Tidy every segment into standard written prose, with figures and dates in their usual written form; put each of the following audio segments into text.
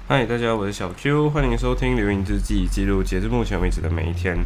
嗨，大家好，我是小 Q，欢迎收听《流萤日记》，记录截至目前为止的每一天。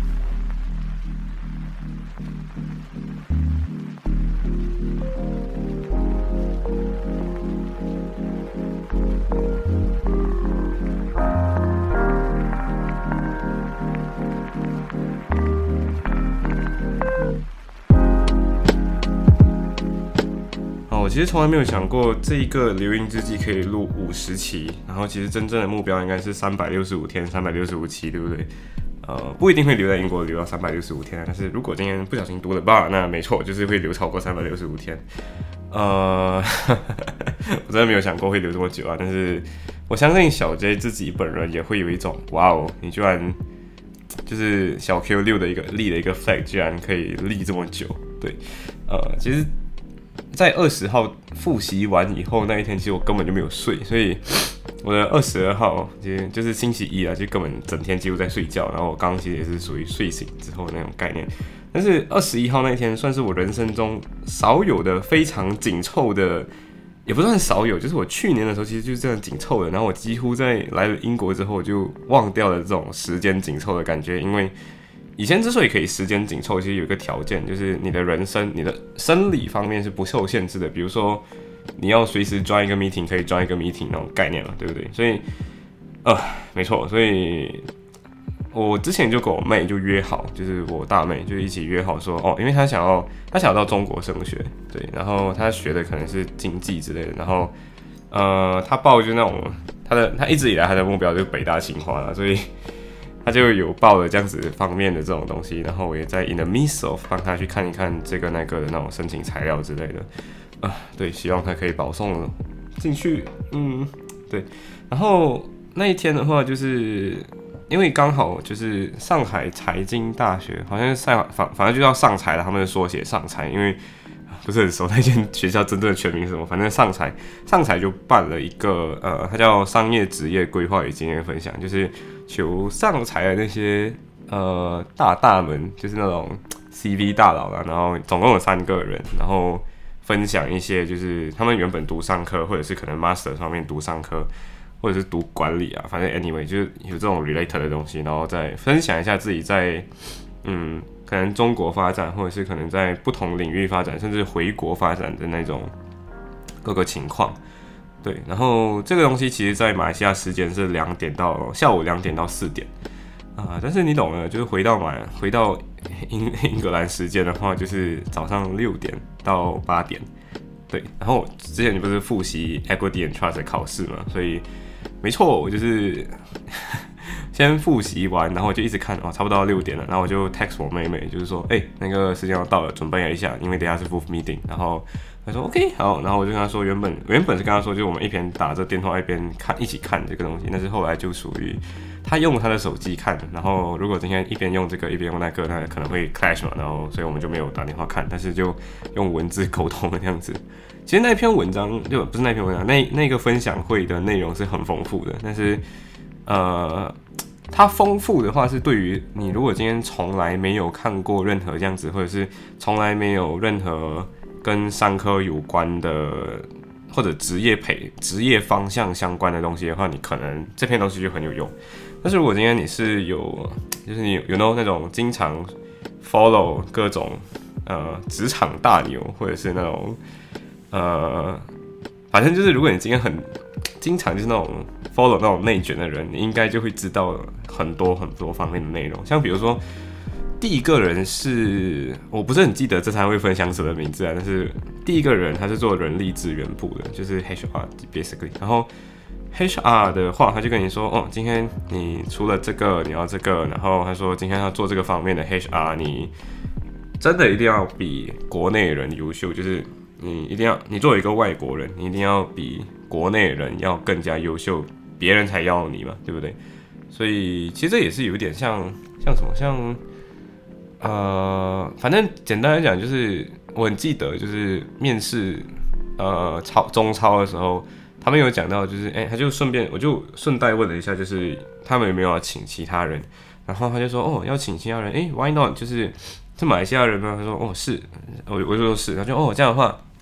我其实从来没有想过这一个流萤日记可以录50期，然后其实真正的目标应该是365天、365期，对不对？不一定会留在英国留到365天，但是如果今天不小心读了吧，那没错，就是会留超过365天。我真的没有想过会留这么久啊，但是我相信小 J 自己本人也会有一种哇哦，你居然就是小 Q 立的一个 flag， 居然可以立这么久，对，其实。在20号复习完以后那一天，其实我根本就没有睡，所以我的22号就是星期一啊，就根本整天几乎在睡觉。然后我刚刚其实也是属于睡醒之后的那种概念。但是21号那一天算是我人生中少有的非常紧凑的，也不算少有，就是我去年的时候其实就是这样紧凑的。然后我几乎在来了英国之后就忘掉了这种时间紧凑的感觉，因为以前之所以可以时间紧凑，其实有一个条件，就是你的人生、你的生理方面是不受限制的。比如说，你要随时join一个 meeting， 可以join一个 meeting 那种概念嘛，对不对？所以，没错，所以我之前就跟我妹就约好，就是我大妹就一起约好说，因为她想要到中国升学，对，然后她学的可能是经济之类的，然后她报就那种她一直以来她的目标就是北大清华啦，所以。他就有报了这样子方面的这种东西，然后我也在 in the midst of 帮他去看一看这个那个的那种申请材料之类的，对，希望他可以保送进去，对。然后那一天的话，就是因为刚好就是上海财经大学，好像是反正就叫上财了，他们的缩写上财，因为不是很熟那间学校真正的全名是什么，反正上财就办了一个它叫商业职业规划与经验分享，就是求上财的那些大们，就是那种 CV 大佬啦，然后总共有3个人，然后分享一些就是他们原本读商科，或者是可能 master 上面读商科，或者是读管理啊，反正 anyway 就是有这种 related 的东西，然后再分享一下自己在可能中国发展，或者是可能在不同领域发展，甚至回国发展的那种各个情况。对，然后这个东西其实在马来西亚时间是下午2点到4点但是你懂了，就是回到英格兰时间的话，就是早上6点到8点。对，然后我之前不是复习 Equity and Trust 的考试嘛，所以没错，我就是先复习完，然后我就一直看差不多要6点了，然后我就 text 我妹妹，就是说，那个时间要到了，准备一下，因为等一下是 Booth meeting。然后她说 OK 好，然后我就跟她说，原本是跟她说，就是我们一边打着电话一边一起看这个东西，但是后来就属于她用她的手机看，然后如果今天一边用这个一边用那个，那可能会 clash 嘛，然后所以我们就没有打电话看，但是就用文字沟通的这样子。其实那篇文章就不是那篇文章，那个分享会的内容是很丰富的，但是它丰富的话是对于你如果今天从来没有看过任何这样子，或者是从来没有任何跟商科有关的或者职业方向相关的东西的话，你可能这篇东西就很有用。但是如果今天你是就是你有那种经常 follow 各种职场大牛，或者是那种反正就是如果你今天很经常就是那种 follow 那种内卷的人，你应该就会知道很多方面的内容。像比如说，第一个人是我不是很记得这才会分享什么名字啊，但是第一个人他是做人力资源部的，就是 HR basically。然后 HR 的话，他就跟你说，今天你除了这个你要这个，然后他说今天要做这个方面的 HR， 你真的一定要比国内人优秀，就是你作为一个外国人，你一定要比国内人要更加优秀，别人才要你嘛，对不对？所以其实这也是有一点像什么，像反正简单来讲，就是我很记得，就是面试中超的时候，他们有讲到，就是他就我就顺带问了一下，就是他们有没有要请其他人，然后他就说要请其他人，why not？就是马来西亚人吗？他说是，我就说是，他就这样的话。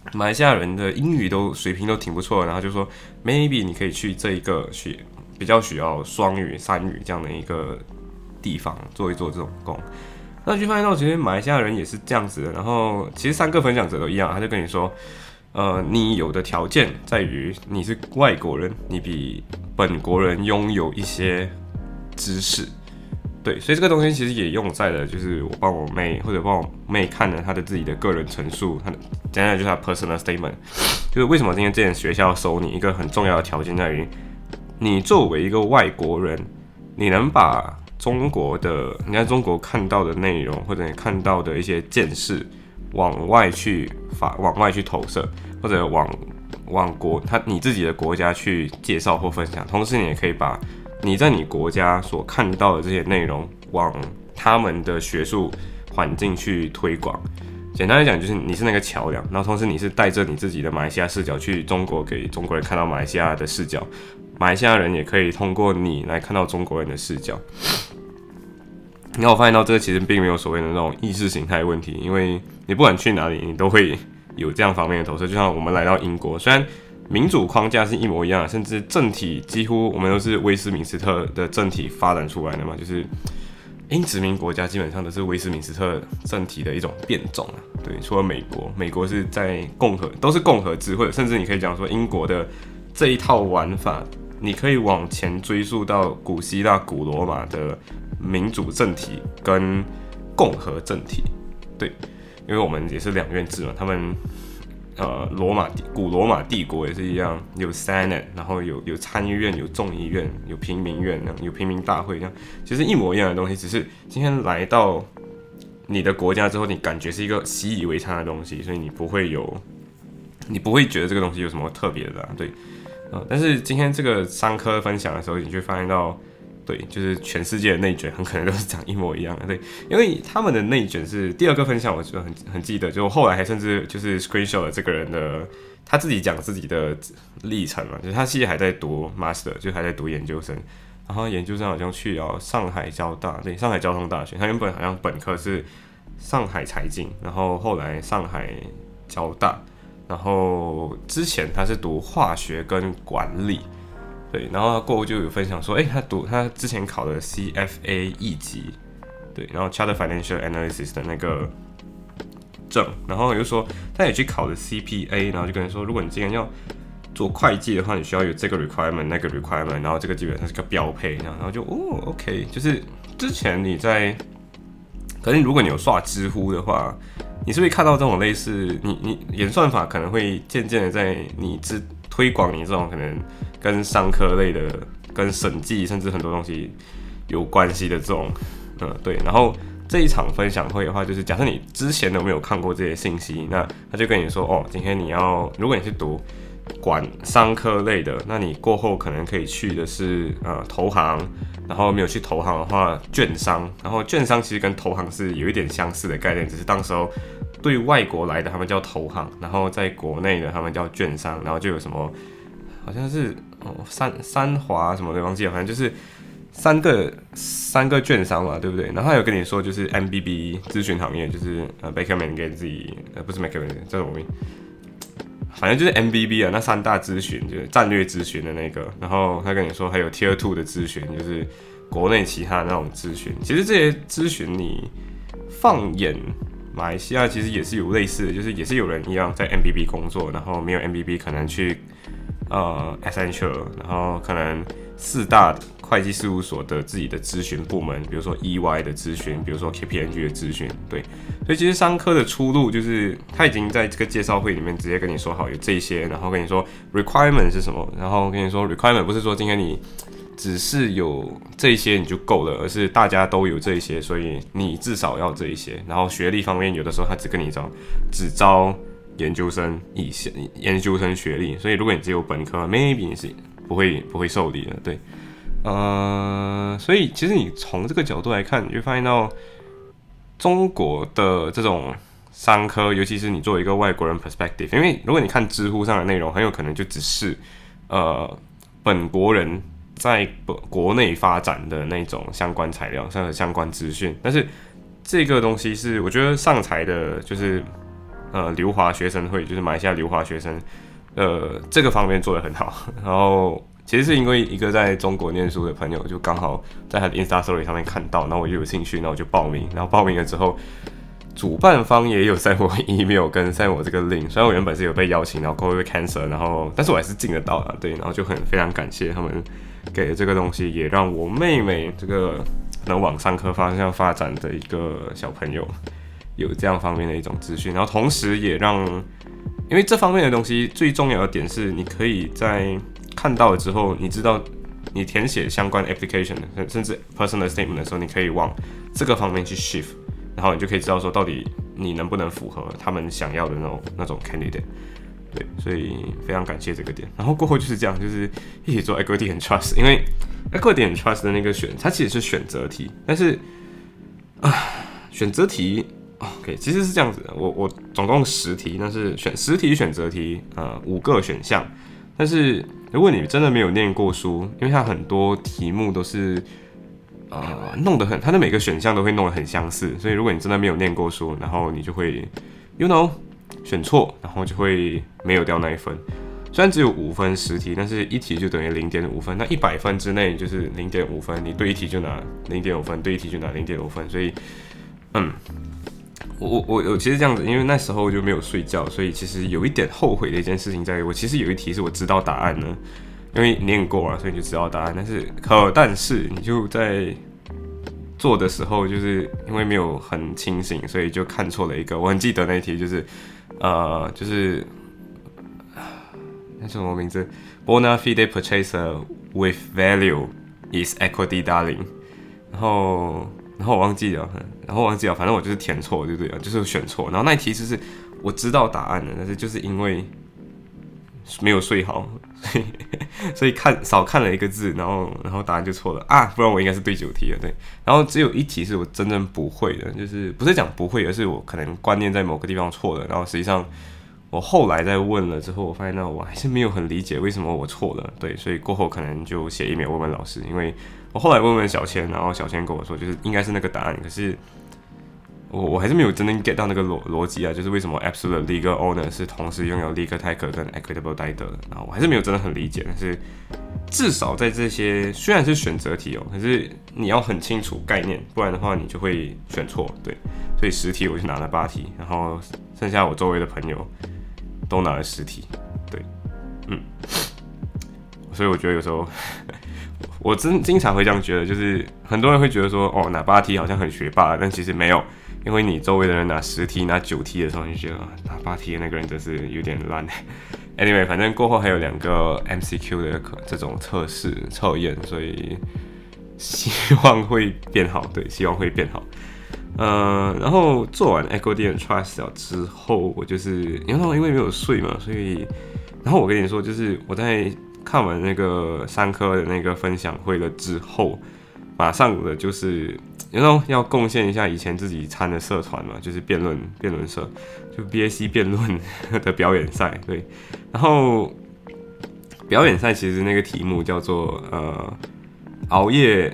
马来西亚人的英语水平都挺不错的，然后就说 maybe 你可以去这一个比较需要双语、三语这样的一个地方做一做这种工。那就发现到其实马来西亚人也是这样子的，然后其实3个分享者都一样，他就跟你说，你有的条件在于你是外国人，你比本国人拥有一些知识。对，所以这个东西其实也用在了，就是我帮我妹或者帮我妹看了她的自己的个人陈述，她的简单就是她 personal statement， 就是为什么今天这间学校收你，一个很重要的条件在于，你作为一个外国人，你能把你在中国看到的内容或者你看到的一些见识往外去投射，或者往你自己的国家去介绍或分享，同时你也可以把你在你国家所看到的这些内容往他们的学术环境去推广。简单来讲，就是你是那个桥梁，然后同时你是带着你自己的马来西亚视角去中国，给中国人看到马来西亚的视角，马来西亚人也可以通过你来看到中国人的视角。然后我发现到这个其实并没有所谓的那种意识形态问题，因为你不管去哪里，你都会有这样方面的投射。就像我们来到英国，虽然民主框架是一模一样的，甚至政体几乎我们都是威斯敏斯特的政体发展出来的嘛，就是英殖民国家基本上都是威斯敏斯特政体的一种变种啊。对，除了美国是在都是共和制，或者甚至你可以讲说英国的这一套玩法，你可以往前追溯到古希腊、古罗马的民主政体跟共和政体。对，因为我们也是2院制嘛，他们古罗马帝国也是一样，有 Senate， 然后有参议院、有众议院、有平民院、有平民大会这样，其实一模一样的东西，只是今天来到你的国家之后，你感觉是一个习以为常的东西，所以你不会觉得这个东西有什么特别的啦，对，但是今天这个商科分享的时候，你就会发现到。对，就是全世界的内卷很可能都是长一模一样的，对，因为他们的内卷是第2个分享，我就很记得，就后来还甚至就是 screenshot 了这个人的他自己讲自己的历程嘛，就是他其实还在读 master， 就还在读研究生，然后研究生好像去了上海交大，对，上海交通大学，他原本好像本科是上海财经，然后后来上海交大，然后之前他是读化学跟管理。对，然后他过后就有分享说，他之前考的 CFA 1级，对，然后 Chartered Financial Analysis 的那个证，然后就说他也去考了 CPA， 然后就跟人说，如果你今天要做会计的话，你需要有这个 requirement 那个 requirement， 然后这个基本上是个标配，然后就OK， 就是之前可是如果你有刷知乎的话，你是不是看到这种类似你演算法可能会渐渐的在你推广你这种可能跟商科类的、跟审计甚至很多东西有关系的这种，对。然后这一场分享会的话，就是假设你之前都没有看过这些信息，那他就跟你说，今天如果你是读商科类的，那你过后可能可以去的是投行，然后没有去投行的话，券商，然后券商其实跟投行是有一点相似的概念，只是当时候对外国来的他们叫投行，然后在国内的他们叫券商，然后就有什么好像是三华什么的忘记了，反正就是三个券商嘛，对不对？然后他有跟你说就是 MBB 咨询行业，就是Beckman 给自己不是 Beckman 叫什么名？反正就是 MBB 啊，那3大咨询就是战略咨询的那个，然后他跟你说还有 Tier 2的咨询，就是国内其他的那种咨询。其实这些咨询你放眼马来西亚，其实也是有类似的，就是也是有人一样在 MBB 工作，然后没有 MBB 可能去Accenture， 然后可能4大会计事务所的自己的咨询部门，比如说 EY 的咨询，比如说 KPMG 的咨询，对，所以其实商科的出路就是他已经在这个介绍会里面直接跟你说好有这些，然后跟你说 requirement 是什么，然后跟你说 requirement 不是说今天你只是有这些你就够了，而是大家都有这些，所以你至少要这一些。然后学历方面，有的时候他只招研究生学历，所以如果你只有本科 ，maybe 你是不会受理的，对。所以其实你从这个角度来看，你会发现到中国的这种商科，尤其是你作为一个外国人 perspective， 因为如果你看知乎上的内容，很有可能就只是本国人在国内发展的那种相关材料、相关资讯，但是这个东西是我觉得上财的，就是留华学生会，就是马来西亚留华学生，这个方面做得很好。然后其实是因为一个在中国念书的朋友，就刚好在他的 Insta Story 上面看到，然后我就有兴趣，然后我就报名。然后报名了之后，主办方也有send我 email 跟send我这个 link， 虽然我原本是有被邀请，然后过后被 cancel， 然后但是我还是进得到了，对，然后就非常感谢他们给的这个东西，也让我妹妹这个能往商科方向发展的一个小朋友有这样方面的一种资讯，然后同时也让，因为这方面的东西最重要的点是，你可以在看到了之后，你知道你填写相关 application 甚至 personal statement 的时候，你可以往这个方面去 shift。然后你就可以知道说，到底你能不能符合他们想要的那种 candidate， 对，所以非常感谢这个点。然后过后就是这样，就是一起做 equity and trust， 因为 equity and trust 的那个它其实是选择题，但是选择题 ，OK， 其实是这样子的，我总共10题，但是10题选择题，5个选项，但是如果你真的没有念过书，因为它很多题目都是。弄得很，它的每个选项都会弄得很相似，所以如果你真的没有念过书，然后你就会 ，you know， 选错，然后就会没有掉那一分。虽然只有5分10题，但是一题就等于0.5分，那100分之内就是0.5分，你对一题就拿0.5分，对一题就拿0.5分，所以，我其实这样子，因为那时候就没有睡觉，所以其实有一点后悔的一件事情在于，我其实有一题是我知道答案呢。因为念过了，所以你就知道答案。但是你就在做的时候，就是因为没有很清醒，所以就看错了一个。我很记得那一题就是那叫什么名字 ？Bona fide purchaser with value is equity darling。然后我忘记了，反正我就是填错，对不对？就是选错。然后那一题就是我知道答案的，但是就是因为没有睡好。所以少看了一个字，然后答案就错了啊！不然我应该是对9题了，对。然后只有1题是我真正不会的，就是不是讲不会，而是我可能观念在某个地方错了。然后实际上我后来在问了之后，我发现我还是没有很理解为什么我错了，对。所以过后可能就写email问老师，因为我后来问小千，然后小千跟我说，就是应该是那个答案，可是。我还是没有真正 get 到那个逻辑啊，就是为什么 absolute legal owner 是同时拥有 legal title 跟 equitable title 的，然后我还是没有真的很理解，但是至少在这些虽然是选择题可是你要很清楚概念，不然的话你就会选错，对，所以10题我就拿了8题，然后剩下我周围的朋友都拿了10题，对，所以我觉得有时候我经常会这样觉得，就是很多人会觉得说，拿8题好像很学霸，但其实没有。因为你周围的人拿10题、拿9题的时候，你就觉得拿8题的那个人真是有点烂。Anyway， 反正过后还有2个 MCQ 的这种测验，所以希望会变好。对，希望会变好。然后做完 Equity and Trust 之后，我就是因为没有睡嘛，所以然后我跟你说，就是我在看完那个3科的那个分享会了之后，马上的就是要贡献一下以前自己参的社团嘛，就是辩论社，就 BAC 辩论的表演赛，对。然后表演赛其实那个题目叫做熬夜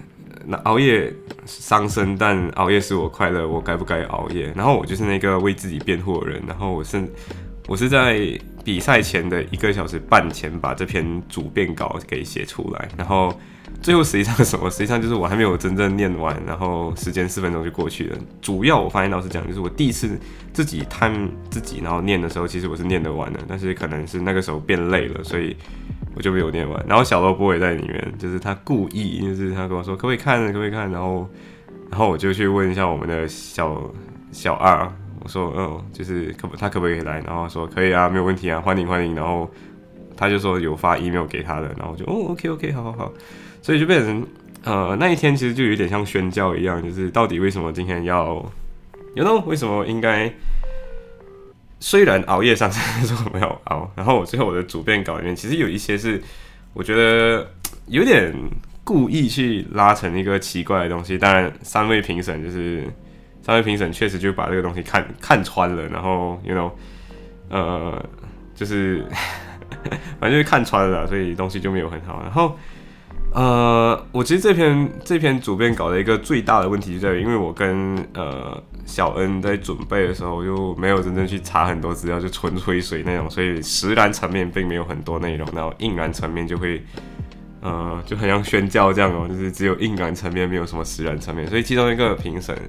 伤身，但熬夜使我快乐，我该不该熬夜？然后我就是那个为自己辩护的人，然后我是在比赛前的1个小时半前把这篇主辩稿给写出来，然后最后实际上是什么？实际上就是我还没有真正念完，然后时间4分钟就过去了。主要我发现到是这样，就是我第一次自己看自己，然后念的时候，其实我是念得完的，但是可能是那个时候变累了，所以我就没有念完。然后小萝卜也在里面，就是他故意，就是他跟我说可不可以看，然后我就去问一下我们的小二。我说，就是他可不可以来？然后说可以啊，没有问题啊，欢迎。然后他就说有发 email 给他的，然后我就OK，好，所以就变成那一天其实就有点像宣教一样，就是到底为什么今天要为什么应该虽然熬夜上山，说我们要熬，然后最后我的主辩稿里面其实有一些是我觉得有点故意去拉成一个奇怪的东西，当然3位评审确实就把这个东西看穿了，然后就是反正就是看穿了啦，所以东西就没有很好。然后我其实这篇主编稿的一个最大的问题就在于，因为我跟小恩在准备的时候，就没有真正去查很多资料，就纯吹水那种，所以实然层面并没有很多内容，然后硬然层面就会就很像宣教这样哦，就是只有硬然层面，没有什么实然层面，所以其中一个评审，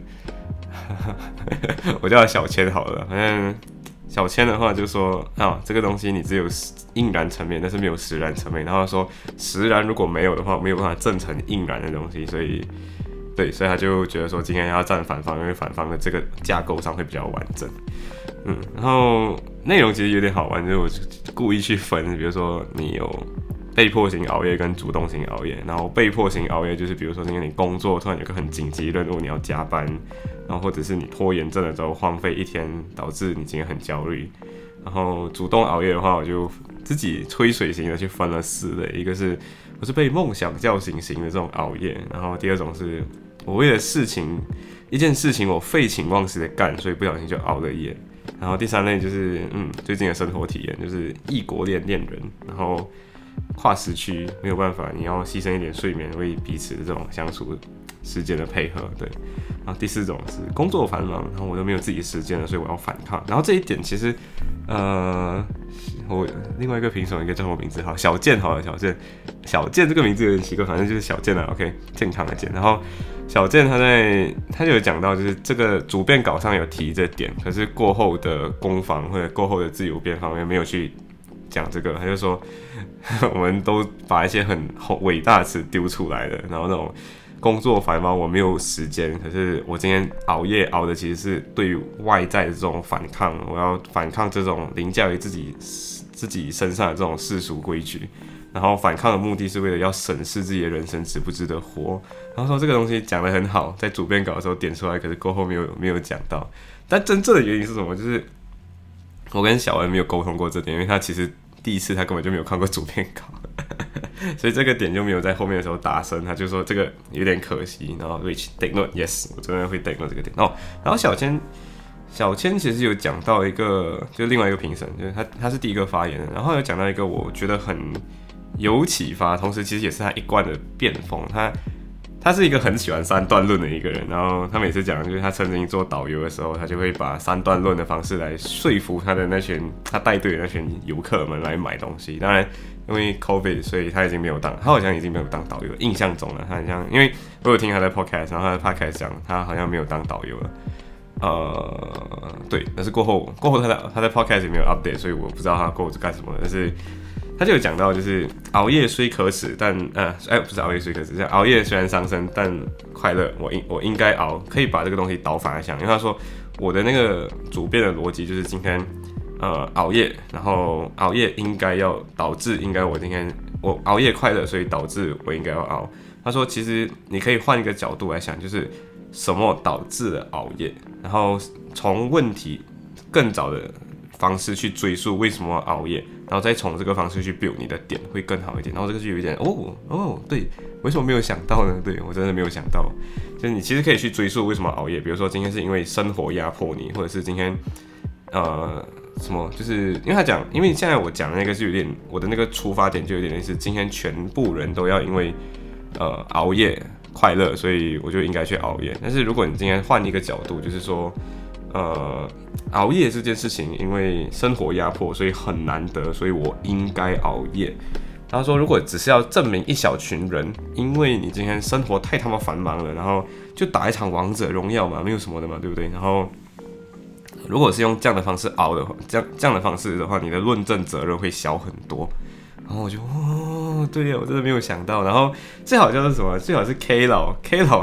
我叫他小千好了，反正小千的话就说这个东西你只有硬然层面，但是没有实然层面，然后说实然如果没有的话，没有办法证成硬然的东西，所以他就觉得说今天要站反方，因为反方的这个架构上会比较完整。然后内容其实有点好玩，就是我故意去分，比如说你有被迫型熬夜跟主动型熬夜，然后被迫型熬夜就是比如说今天你工作突然有个很紧急任务你要加班，然后或者是你拖延症的时候荒废一天，导致你今天很焦虑。然后主动熬夜的话，我就自己吹水型的去分了4类，一个是我是被梦想叫醒型的这种熬夜，然后第二种是我为了一件事情我废寝忘食的干，所以不小心就熬了夜。然后第3类就是最近的生活体验，就是异国恋人，然后跨时区没有办法，你要牺牲一点睡眠为彼此的这种相处时间的配合，对。然后第4种是工作繁忙，然后我又没有自己时间了，所以我要反抗。然后这一点其实，我另外一个评审应该叫什么名字？好，小健好了，小健这个名字有点奇怪，反正就是小健了 ，OK， 健康的健。然后小健他就有讲到，就是这个主编稿上有提这点，可是过后的攻防或者过后的自由辩方面没有去讲这个，他就说我们都把一些很伟大的词丢出来了，然后那种工作繁忙我没有时间，可是我今天熬夜熬的其实是对于外在的这种反抗，我要反抗这种凌驾于自己身上的这种世俗规矩，然后反抗的目的是为了要审视自己的人生值不值得活。然后说这个东西讲得很好，在主编稿的时候点出来，可是过后没有讲到。但真正的原因是什么？就是我跟小恩没有沟通过这点，因为他其实第一次他根本就没有看过主编稿，所以这个点就没有在后面的时候打声，他就说这个有点可惜。然后 Rich take note yes， 我真的会 take note 这个点哦。然后小千其实有讲到一个，就另外一个评审，就是他是第一个发言的，然后有讲到一个我觉得很有启发，同时其实也是他一贯的辩风。他是一个很喜欢3段论的一个人，然后他每次讲，就是他曾经做导游的时候，他就会把3段论的方式来说服他带队的那群游客们来买东西。当然，因为 COVID， 所以他好像已经没有当导游，印象中了，他很像，因为我有听他的 podcast， 然后他的 podcast 讲他好像没有当导游了。对，但是过后他在 podcast 也没有 update， 所以我不知道他过后是干什么的，但是他就有讲到，就是熬夜虽可耻，但不是熬夜虽可耻，是熬夜虽然伤身，但快乐。我应该熬，可以把这个东西倒反来想，因为他说我的那个主编的逻辑就是今天熬夜，然后熬夜应该要导致我今天我熬夜快乐，所以导致我应该要熬。他说其实你可以换一个角度来想，就是什么导致了熬夜，然后从问题更早的方式去追溯为什么熬夜，然后再从这个方式去 build 你的点会更好一点。然后这个就有一点对，为什么没有想到呢？对，我真的没有想到，就是你其实可以去追溯为什么熬夜，比如说今天是因为生活压迫你，或者是今天什么，就是因为现在我讲的那个是有点我的那个出发点就有点类似，今天全部人都要因为熬夜快乐，所以我就应该去熬夜。但是如果你今天换一个角度，就是说熬夜这件事情，因为生活压迫，所以很难得，所以我应该熬夜。他说，如果只是要证明一小群人，因为你今天生活太他妈繁忙了，然后就打一场王者荣耀嘛，没有什么的嘛，对不对？然后如果是用这样的方式熬的话，这样的方式的话，你的论证责任会小很多。然后我就对呀，我真的没有想到。然后最好就是什么？最好是 K 老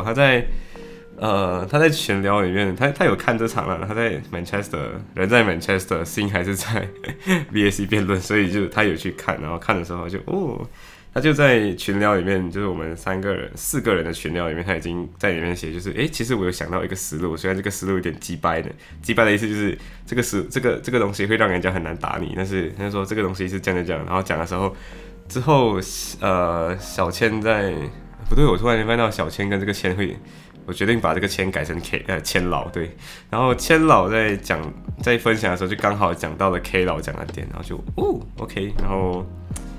他在群聊里面，他有看这场了，他在 Manchester， 人在 Manchester， 心还是在 VAC 辩论，所以就他有去看，然后看的时候他就在群聊里面，就是我们4个人的群聊里面，他已经在里面写，就是其实我有想到一个思路，虽然这个思路有点鸡掰的意思就是这个东西会让人家很难打你，但是他就说这个东西是这样，然后讲的时候之后小千不对，我突然翻到小千跟这个千会。我决定把这个千改成千老，对，然后千老在分享的时候就刚好讲到了 K 老讲的点，然后就OK，然后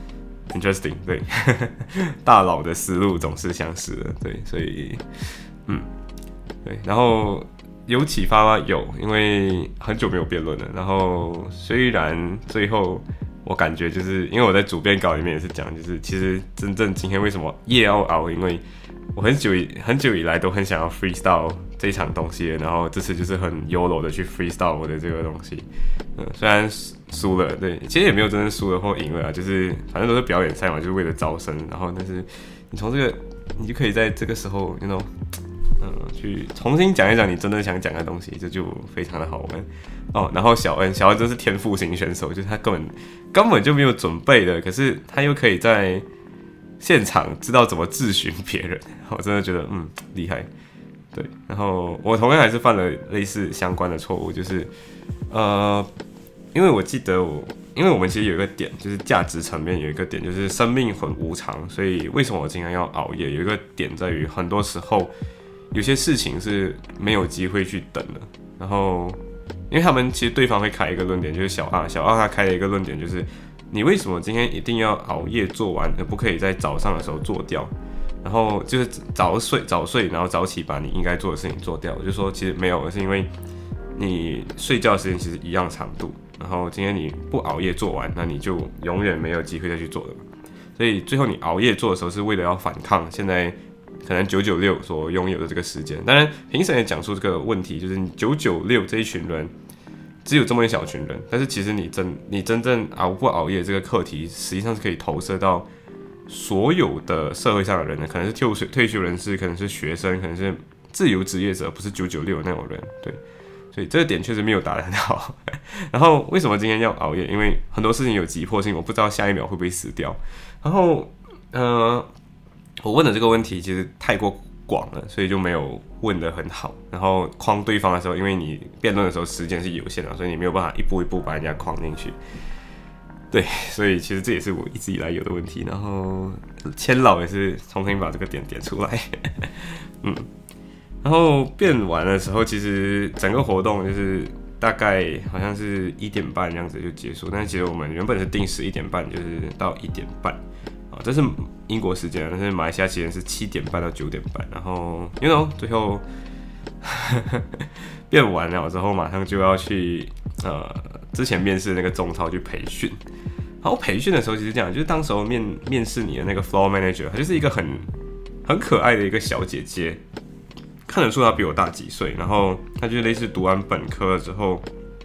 interesting， 对，大佬的思路总是相似的，对，所以对，然后有启发吗？有，因为很久没有辩论了。然后虽然最后我感觉就是因为我在主编稿里面也是讲，就是其实真正今天为什么夜要熬，因为我很久以来都很想要 freestyle 这一场东西，然后这次就是很 YOLO 的去 freestyle 我的这个东西。虽然输了，对，其实也没有真正输了或赢了啊，就是反正都是表演赛嘛，就是为了招生。然后但是你从这个，你就可以在这个时候，you know。去重新讲一讲你真的想讲的东西，这就非常的好玩哦。然后小恩真是天赋型选手，就是他根本就没有准备的，可是他又可以在现场知道怎么质询别人，我真的觉得厉害。对，然后我同样还是犯了类似相关的错误，就是因为我记得因为我们其实有一个点，就是价值层面有一个点，就是生命很无常，所以为什么我今天要熬夜？有一个点在于，很多时候有些事情是没有机会去等的。然后，因为他们其实对方会开一个论点，就是小二他开了一个论点，就是你为什么今天一定要熬夜做完，而不可以在早上的时候做掉？然后就是早睡，然后早起把你应该做的事情做掉。我就说其实没有，而是因为你睡觉的时间其实一样长度。然后今天你不熬夜做完，那你就永远没有机会再去做了嘛。所以最后你熬夜做的时候，是为了要反抗现在可能996所拥有的这个时间。当然，评审也讲出这个问题，就是你996这一群人只有这么一小群人，但是其实你真正熬不熬夜这个课题，实际上是可以投射到所有的社会上的人的，可能是退休人士，可能是学生，可能是自由职业者，不是996那种人，对。所以这个点确实没有打得很好。然后为什么今天要熬夜？因为很多事情有急迫性，我不知道下一秒会不会死掉。然后我问的这个问题其实太过广了，所以就没有问得很好。然后框对方的时候，因为你辩论的时候时间是有限的，所以你没有办法一步一步把人家框进去。对，所以其实这也是我一直以来有的问题。然后千老也是重新把这个点出来。然后变完的时候，其实整个活动就是大概好像是1点半这样子就结束，但是其实我们原本是定11点半，就是到1点半啊，这是英国时间，但是马来西亚时间是7点半到9点半。然后最后变完了之后，马上就要去之前面试的那个中超去培训。然后培训的时候其实这样，就是当时候面试你的那个 floor manager， 她就是一个很可爱的一个小姐姐。看得出他比我大几岁，然后他就类似读完本科之后，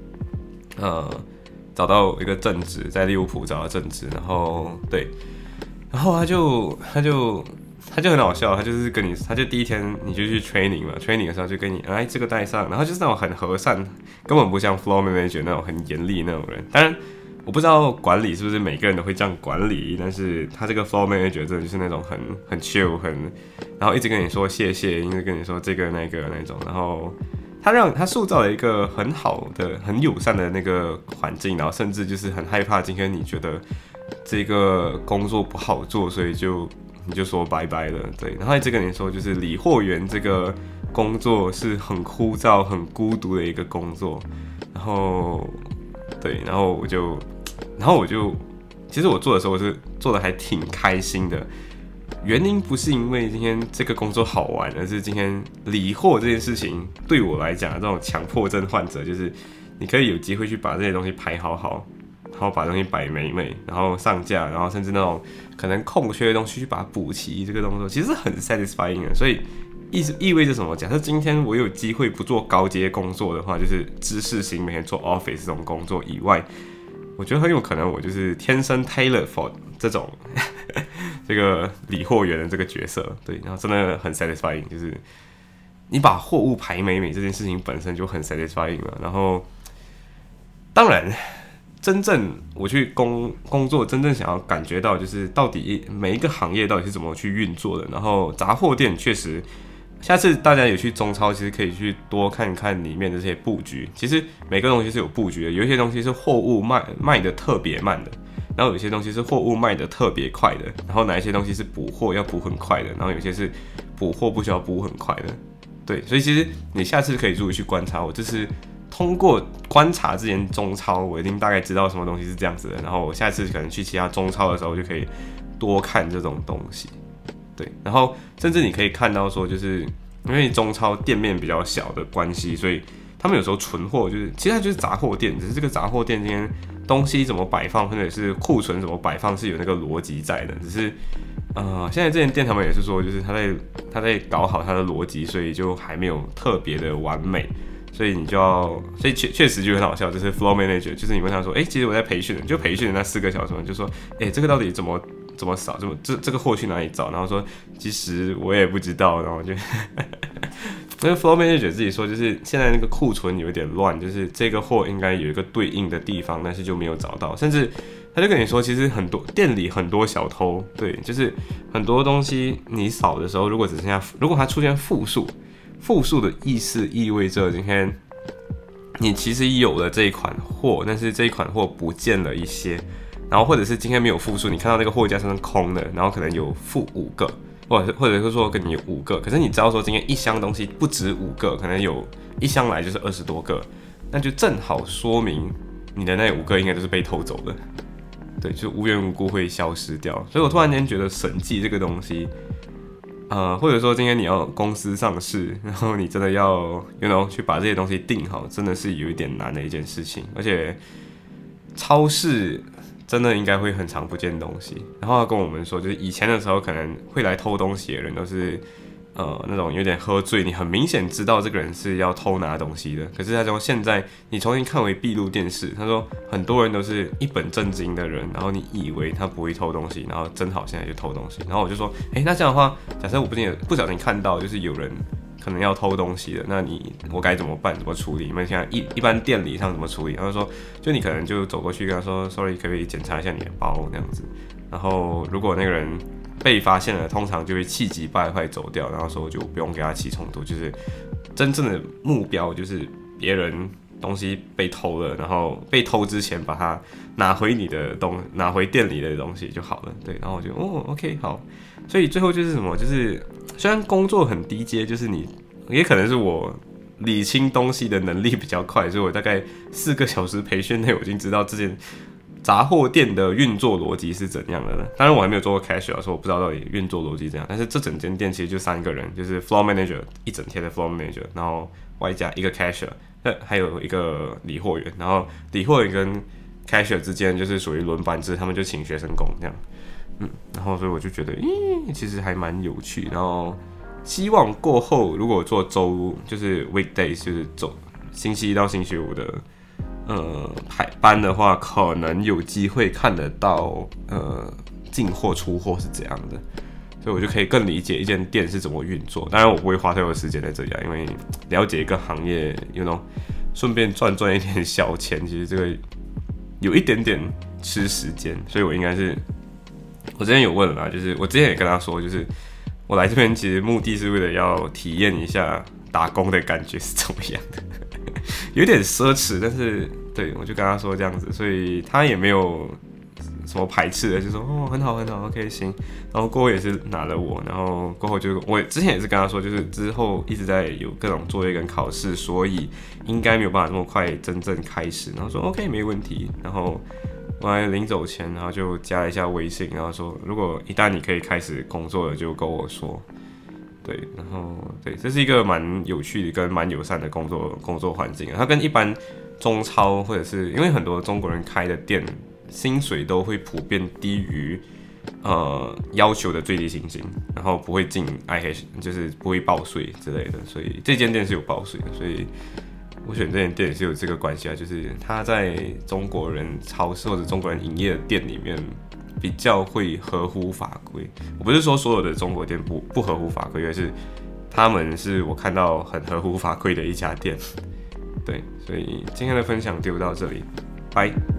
找到一个正职，在利物浦找到正职，然后对，然后他就很好笑，他就是跟你，他就第一天你就去 training 嘛 ，training 的时候就跟你，这个带上，然后就是那种很和善，根本不像 floor manager 那种很严厉那种人，当然。我不知道管理是不是每个人都会这样管理，但是他这个 floor manager 真的就是那种很 chill， 然后一直跟你说谢谢，一直跟你说这个那个那种，然后他塑造了一个很好的、很友善的那个环境，然后甚至就是很害怕今天你觉得这个工作不好做，所以你就说拜拜了，对，然后一直跟你说就是理货员这个工作是很枯燥、很孤独的一个工作，然后对，然后我就，其实我做的时候我是做的还挺开心的，原因不是因为今天这个工作好玩，而是今天理货这件事情对我来讲，这种强迫症患者，就是你可以有机会去把这些东西排好，然后把东西摆美，然后上架，然后甚至那种可能空缺的东西去把它补齐，这个动作其实很 satisfying 的，所以。意味着什么？假设今天我有机会不做高阶工作的话，就是知识型每天做 office 这种工作以外，我觉得很有可能我就是天生 tailor for 这种这个理货员的这个角色，对，然后真的很 satisfying， 就是你把货物排美这件事情本身就很 satisfying 了。然后，当然，真正我去工作，真正想要感觉到就是到底每一个行业到底是怎么去运作的。然后杂货店确实。下次大家有去中超，其实可以去多看看里面的这些布局。其实每个东西是有布局的，有一些东西是货物卖的特别慢的，然后有些东西是货物卖的特别快的，然后哪一些东西是补货要补很快的，然后有些是补货不需要补很快的。对，所以其实你下次可以注意去观察我这次通过观察之前中超，我已经大概知道什么东西是这样子的，然后我下次可能去其他中超的时候就可以多看这种东西。对，然后甚至你可以看到说，就是因为中超店面比较小的关系，所以他们有时候存货其实它就是杂货店，只是这个杂货店今天东西怎么摆放，或者是库存怎么摆放是有那个逻辑在的，只是现在这间店他们也是说，就是他在搞好他的逻辑，所以就还没有特别的完美。所以你就要，所以确实就很好笑，就是 flow manager， 就是你问他说，其实我在培训的那4个小时，就说，这个到底怎么扫，这个货去哪里找？然后说，其实我也不知道，然后就，那个 flow manager 自己说，就是现在那个库存有点乱，就是这个货应该有一个对应的地方，但是就没有找到，甚至他就跟你说，其实很多店里很多小偷，对，就是很多东西你扫的时候，如果它出现负数的意味着今天你其实有了这一款货，但是这一款货不见了一些，然后或者是今天没有负数，你看到那个货架上是空的，然后可能有负5个，或者是说跟你有5个，可是你知道说今天一箱东西不止5个，可能有一箱来就是20多个，那就正好说明你的那5个应该都是被偷走的，对，就无缘无故会消失掉。所以我突然间觉得审计这个东西。或者说今天你要公司上市，然后你真的要去把这些东西定好，真的是有一点难的一件事情。而且超市真的应该会很常不见东西。然后他跟我们说，就是以前的时候可能会来偷东西的人都是那种有点喝醉，你很明显知道这个人是要偷拿东西的。可是他说现在你重新看回闭路电视，他说很多人都是一本正经的人，然后你以为他不会偷东西，然后正好现在就偷东西。然后我就说，那这样的话，假设我不小心看到就是有人可能要偷东西的，那我该怎么办？怎么处理？你们现在一般店里上怎么处理？他就说，就你可能就走过去跟他说 ，sorry， 可不可以检查一下你的包那样子？然后如果那个人被发现了，通常就会气急败坏走掉，然后说就不用给他起冲突，就是真正的目标就是别人东西被偷了，然后被偷之前把它拿回店里的东西就好了，对，然后我就OK 好，所以最后就是什么，就是虽然工作很低阶，就是也可能是我理清东西的能力比较快，所以我大概4个小时培训内，我已经知道这件杂货店的运作逻辑是怎样的呢？当然我还没有做过 cashier， 所以我不知道到底运作逻辑怎样。但是这整间店其实就3个人，就是 floor manager 一整天的 floor manager， 然后外加一个 cashier， 还有一个理货员，然后理货员跟 cashier 之间就是属于轮班制，他们就请学生工这样。然后所以我就觉得，其实还蛮有趣。然后希望过后如果做就是 weekdays， 就是星期一到星期五的。排班的话，可能有机会看得到进货出货是怎样的，所以我就可以更理解一间店是怎么运作。当然，我不会花太多时间在这里因为了解一个行业顺便赚一点小钱，其实这个有一点点吃时间，所以我应该是，我之前有问了啦，就是我之前也跟他说，就是我来这边其实目的是为了要体验一下打工的感觉是怎么样的。有点奢侈，但是对我就跟他说这样子，所以他也没有什么排斥的，就说很好很好 ，OK 行。然后过后也是拿了我，然后过后就我之前也是跟他说，就是之后一直在有各种作业跟考试，所以应该没有办法这么快真正开始。然后说 OK 没问题。然后我还临走前，然后就加了一下微信，然后说如果一旦你可以开始工作了，就跟我说。对，然后对，这是一个蛮有趣的跟蛮友善的工作环境。它跟一般中超或者是因为很多中国人开的店，薪水都会普遍低于要求的最低薪金，然后不会进 IH， 就是不会报税之类的。所以这间店是有报税的，所以我选这间店也是有这个关系啊，就是它在中国人超市或者中国人营业的店里面。比较会合乎法规，我不是说所有的中国店不合乎法规，而是他们是我看到很合乎法规的一家店。对，所以今天的分享就到这里，拜。